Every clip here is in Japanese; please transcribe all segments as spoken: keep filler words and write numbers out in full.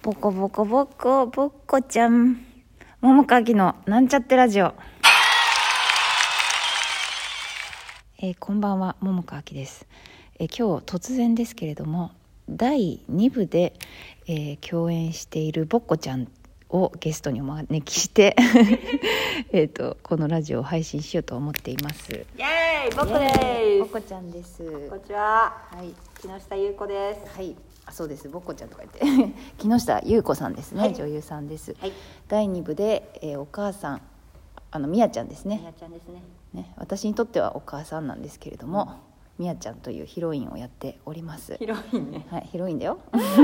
ボコボコボコボッコちゃん、桃川きのなんちゃってラジオ。えー、こんばんは、桃川きです。えー、今日突然ですけれどもだいにぶで、えー、共演しているボッコちゃんをゲストにお招きしてえとこのラジオを配信しようと思っています。 イエーイ、ボッコです。 ボッコちゃんです。 こんにちは。 はい、 木下優子です。 はい、あ、そうです、ボッコちゃんとか言って木下優子さんですね、はい、女優さんです。はい、だいにぶで、えー、お母さん、あのみやちゃんですね。 みやちゃんですね。 ね、私にとってはお母さんなんですけれども、みやちゃんというヒロインをやっております。 ヒロインね。 はい、ヒロインだよ。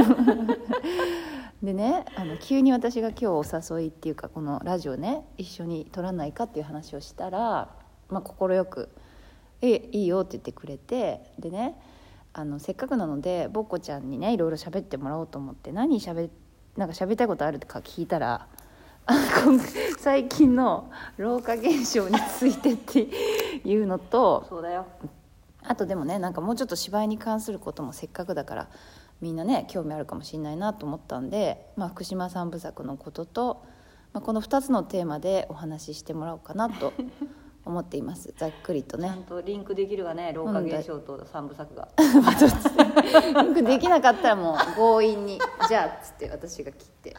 でね、あの急に私が今日お誘いっていうかこのラジオね一緒に撮らないかっていう話をしたら、まあ快く「えいいよ」って言ってくれて、でね、あのせっかくなのでボッコちゃんにねいろいろ喋ってもらおうと思って、何喋なんか喋りたいことあるか聞いたら、最近の老化現象についてっていうのと、 そうだよ。 あとでもね、なんかもうちょっと芝居に関することもせっかくだからみんなね興味あるかもしれないなと思ったんで、まあ、福島三部作のことと、まあ、このふたつのテーマでお話ししてもらおうかなと思っていますざっくりとね。 ちゃんとリンクできるわね、老化現象と三部作が。 リンクできなかったらもう強引にじゃあっつって私が切って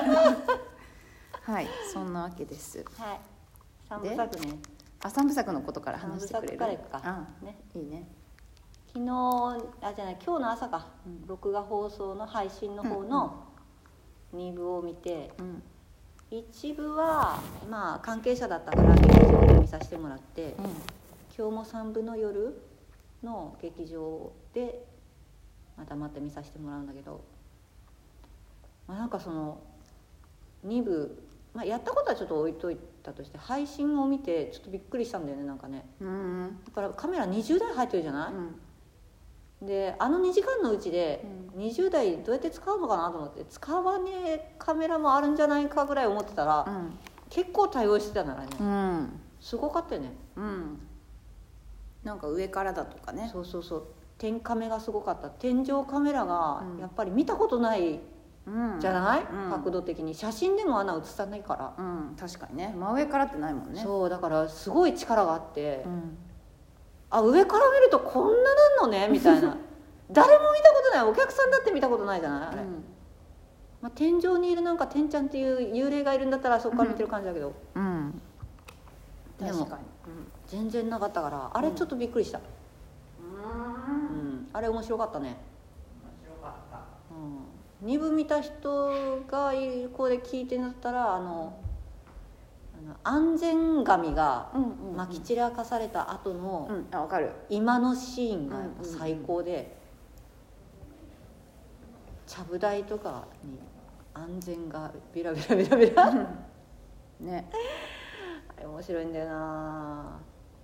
はい、そんなわけです。 はい、三部作ね。 あ、三部作のことから話してくれる。 三部作からいくか。 あ、 ね、 いいね。 昨日あじゃない今日の朝か、うん、録画放送の配信の方のにぶを見て、うん、いちぶはまあ関係者だったから劇場で見させてもらって、うん、今日もさんぶの夜の劇場でまたまた見させてもらうんだけど、まあ、なんかそのにぶ、まあ、やったことはちょっと置いといたとして、配信を見てちょっとびっくりしたんだよね、なんかね、うん、だからカメラにじゅうだい入ってるじゃない、うん、であのにじかんのうちでにじゅうだいどうやって使うのかなと思って、使わねえカメラもあるんじゃないかぐらい思ってたら、うん、結構対応してたからね、うん、すごかったよね、うん、 なんか上からだとかね、 そうそうそう、天カメがすごかった。天井カメラがやっぱり見たことないじゃない、うん、角度的に写真でもあんな映さないから、 うん、確かにね、真上からってないもんね。 そうだからすごい力があって、うん、あ、上から見るとこんななんのねみたいな誰も見たことない、お客さんだって見たことないじゃないあれ、うん、まあ、天井にいるなんか天ちゃんっていう幽霊がいるんだったらそこから見てる感じだけど、うんうん、でも確かに、うん、全然なかったからあれちょっとびっくりした、うんうん、あれ面白かったね。面白かった、うん、にぶ見た人がこれ聞いてんだったら、あの安全紙がまき散らかされた後の今のシーンが最高で、ちゃぶ台とかに安全がビラビラビラビラね、あれ面白いんだよな。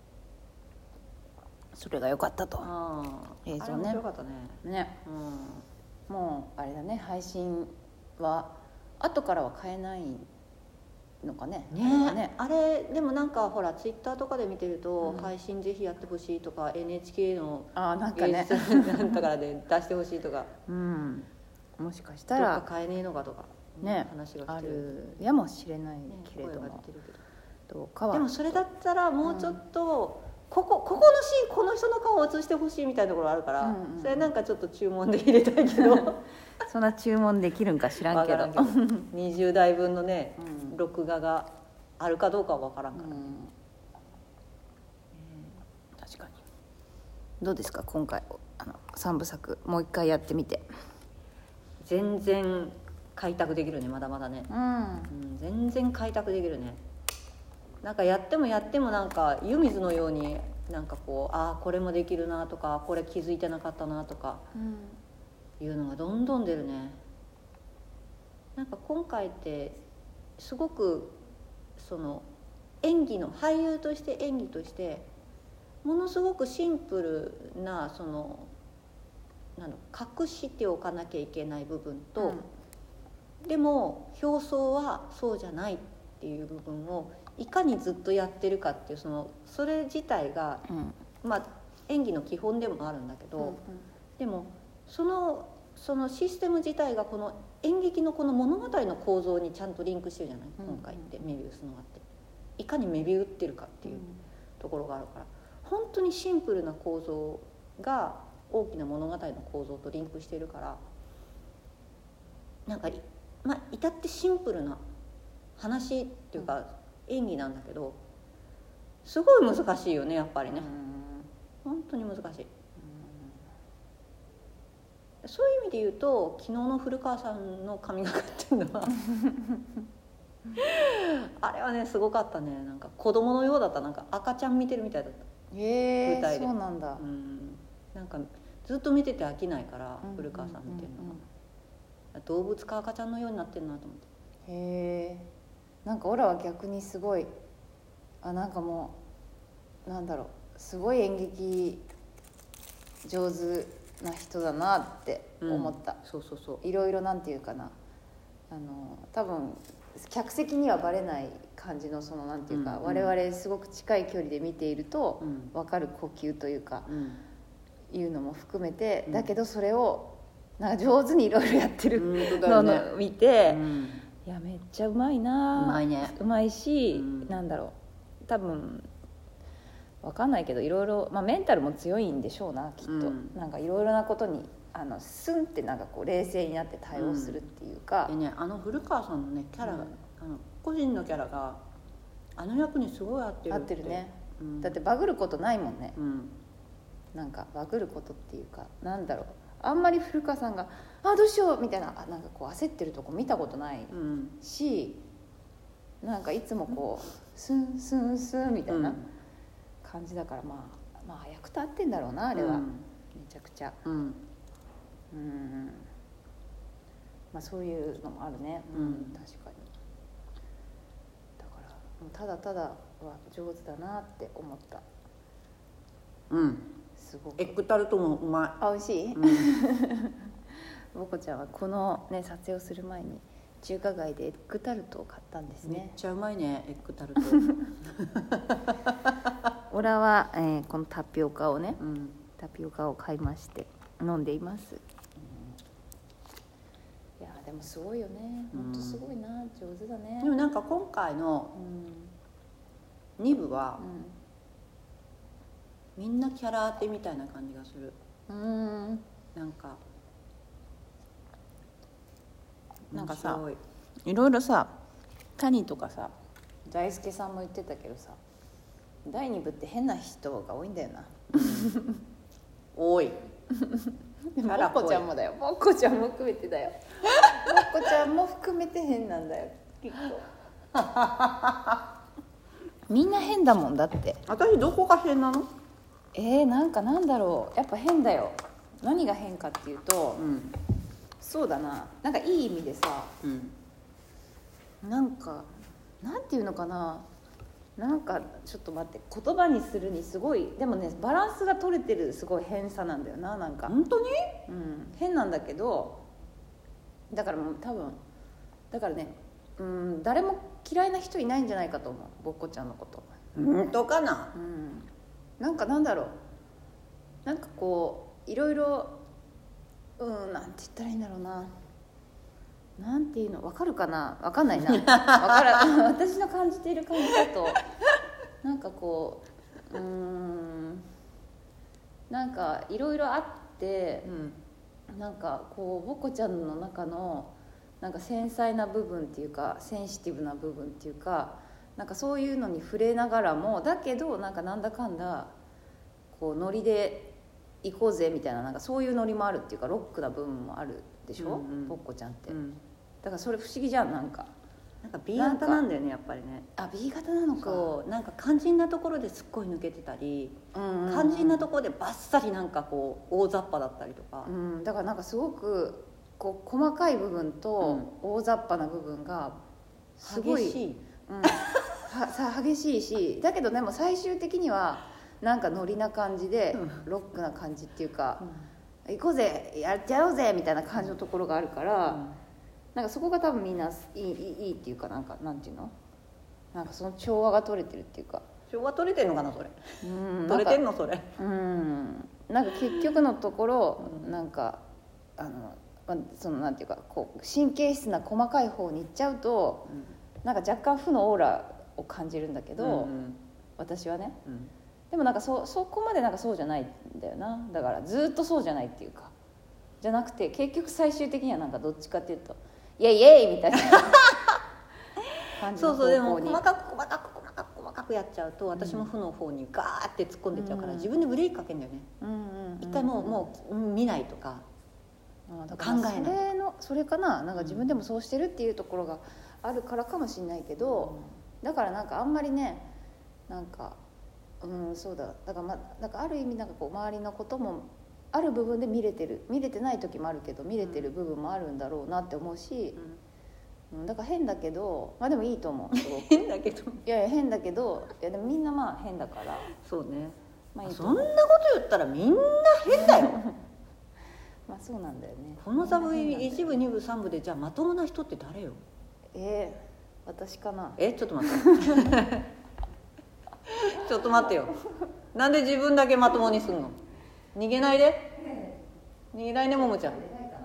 それが良かったと。 あ映像ね、面白かったね。 ね、うん、もうあれだね、配信は後からは買えないのかね。 ねえ、ね、あれでもなんかほらツイッターとかで見てると、うん、配信ぜひやってほしいとか エヌエイチケー の芸術なんとかで出してほしいとか、 うん、もしかしたらどっか買えねえのかとか、 ね、話があるやもしれないけれども、ね、 どうかは。でもそれだったらもうちょっと、うんここ、ここのシーンこの人の顔を映してほしいみたいなところあるから、うんうん、それなんかちょっと注文で入れたいけどそんな注文できるんか知らんけどにじゅうだいぶんのね、うん、録画があるかどうかは分からんから、うん、 確かに。どうですか今回あのさんぶ作もう一回やってみて。 全然開拓できるね、まだまだね、うんうん、全然開拓できるね。なんかやってもやってもなんか湯水のようになんかこう、ああこれもできるなとか、これ気づいてなかったなとかいうのがどんどん出るね。なんか今回ってすごくその演技の俳優として演技としてものすごくシンプルなそのなんだ隠しておかなきゃいけない部分と、うん、でも表層はそうじゃないっていう部分をいかにずっとやってるかっていう、そのそれ自体が、うん、まあ演技の基本でもあるんだけど、うんうん、でもそのそのシステム自体がこの演劇のこの物語の構造にちゃんとリンクしてるじゃない、 うん、 今回ってメビウスの輪っていかにメビウってるかっていうところがあるから、本当にシンプルな構造が大きな物語の構造とリンクしてるから、なんか、まあ、至ってシンプルな話っていうか演技なんだけど、すごい難しいよねやっぱりね、うん、本当に難しい、うん、そういう意味で言うと昨日の古川さんの髪型っていうのはあれはねすごかったね。なんか子供のようだった。なんか赤ちゃん見てるみたいだった。 へえ、 舞台でそうなんだ、 うん、なんかずっと見てて飽きないから、うん、古川さん見てるのが、うん、動物か赤ちゃんのようになってるなと思って。 へえ、なんかオラは逆にすごい、あ、なんかもうなんだろう、すごい演劇上手な人だなって思った、うん、 そうそうそう、 いろいろなんていうかな、あの多分客席にはバレない感じのそのなんていうか、うんうん、我々すごく近い距離で見ていると分かる呼吸というか、うん、いうのも含めて、うん、だけどそれをなんか上手にいろいろやってるのを見て、うん、いやめっちゃうまいな、 うまいね、 うまいし、うん、なんだろう、多分分かんないけどいろいろ、まあ、メンタルも強いんでしょうなきっと、うん、なんかいろいろなことにあのスンってなんかこう冷静になって対応するっていうか、 うん、でね、あの古川さんのねキャラが、うん、あの個人のキャラがあの役にすごい合ってるって。 合ってるね、うん、だってバグることないもんね、 うん、 なんかバグることっていうかなんだろう、あんまり古川さんがあどうしようみたいな、なんかこう焦ってるとこ見たことないし、うん、なんかいつもこうスンスンスンみたいな感じだから、まあまあ役と合ってんだろうなあれは、うん、めちゃくちゃ、うん、うん、まあそういうのもあるね、うん、確かに。だからもうただただは上手だなって思った。 うん、すごくエッグタルトもうまい。 あ、美味しい、うん、ボコちゃんはこのね撮影をする前に中華街でエッグタルトを買ったんですね。 めっちゃうまいねエッグタルトオラは、えー、このタピオカをね、うん、タピオカを買いまして飲んでいます、うん、いやでもすごいよね、ほんとすごいな、上手だね。 でもなんか今回のに部は、うん、みんなキャラ当てみたいな感じがする。うん、なんかなんかさ、いろいろさ、谷とかさ大輔さんも言ってたけどさ、だいに部って変な人が多いんだよな、うん、 多いでもボッコちゃんもだよ、ボッコちゃんも含めてだよボッコちゃんも含めて変なんだよきっとみんな変だもんだって。 私どこが変なの？ えー、なんかなんだろう、やっぱ変だよ。何が変かっていうと、うん、そうだな、なんかいい意味でさ、うん、なんかなんていうのかな、なんかちょっと待って、言葉にするにすごい、でもねバランスが取れてるすごい変さなんだよな。なんか本当に、 うん、変なんだけど、だからもう多分だからね、うん、誰も嫌いな人いないんじゃないかと思う、ボッコちゃんのこと。 本当かな、 うん、なんかなんだろう、なんかこういろいろ、うん、なんて言ったらいいんだろうな、なんていうの、分かるかな、分かんないな分から私の感じている感じだとなんかこう、うーん、なんかいろいろあって、うん、なんかこうボコちゃんの中のなんか繊細な部分っていうかセンシティブな部分っていうか、なんかそういうのに触れながらも、だけどなんかなんだかんだこうノリで行こうぜみたいな、なんかそういうノリもあるっていうか、ロックな部分もあるでしょ、うんうん、ボッコちゃんって、うん、だからそれ不思議じゃん。なんかなんか ビー 型なんだよねやっぱりね。 あ、 ビー 型なのか。 そうなんか肝心なところですっごい抜けてたり、うんうんうん、肝心なところでバッサリなんかこう大雑把だったりとか、 うん、だからなんかすごくこう細かい部分と大雑把な部分がすごい激しい、 うん、はさ激しいし、だけどでも最終的にはなんかノリな感じで、うん、ロックな感じっていうか、うん、行こうぜやっちゃおうぜみたいな感じのところがあるから、うん、なんかそこが多分みんないい、いい、いいっていうか、なんかなんていうの、なんかその調和が取れてるっていうか。 調和取れてるのかなそれ、うん、取れてんのそれ、 うん、なんか結局のところ、うん、なんかあのまあ、そのなんていうかこう神経質な細かい方に行っちゃうと、うん、なんか若干負のオーラを感じるんだけど、うんうん、私はね、うん、でもなんか そ, そこまでなんかそうじゃないんだよな。だからずっとそうじゃないっていうかじゃなくて結局最終的にはなんかどっちかっていうとイエイイエイみたいな感じの方向に。そうそう、でも細かく細かく細かく細かくやっちゃうと私も負の方にガーって突っ込んでっちゃうから、うん、自分でブレーキかけるんだよね、うんうんうんうん、一回もう、もう見ないとか考えないとか、それのそれかな、なんか自分でもそうしてるっていうところがあるからかもしれないけど、うん、だからなんかあんまりねなんかうんそうだだから、ま、だからある意味なんかこう周りのこともある部分で見れてる見れてない時もあるけど見れてる部分もあるんだろうなって思うし、うん、だから変だけどまあでもいいと思うすごく変だけどいやいや変だけどいやでもみんなまあ変だからそうね、 まあ、いいそんなこと言ったらみんな変だよまあそうなんだよね。 この座部一部二部三部でじゃあまともな人って誰よ。 えー、私かな。 えちょっと待ってちょっと待ってよ、なんで自分だけまともにすんの。逃げないで逃げないねももちゃん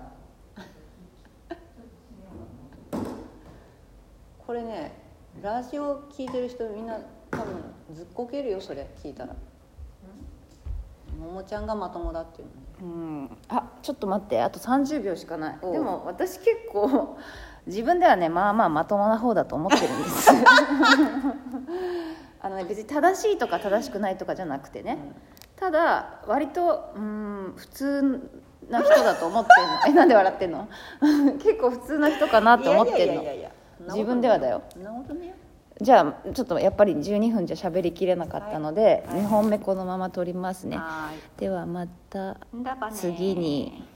これねラジオ聞いてる人みんな多分ずっこけるよそれ聞いたら。ももちゃんがまともだっていうの、ね、 うん、あちょっと待ってあとさんじゅうびょうしかない。でも私結構自分ではねまあまあまともな方だと思ってるんですあの、ね、別に正しいとか正しくないとかじゃなくてね、うん、ただ割とうん普通な人だと思ってるのえなんで笑ってんの結構普通な人かなと思ってるの自分ではだよ。 そんなことね。 じゃあちょっとやっぱりじゅうにふんじゃ喋りきれなかったので、はいはい、にほんめこのまま撮りますね。ではまた次に。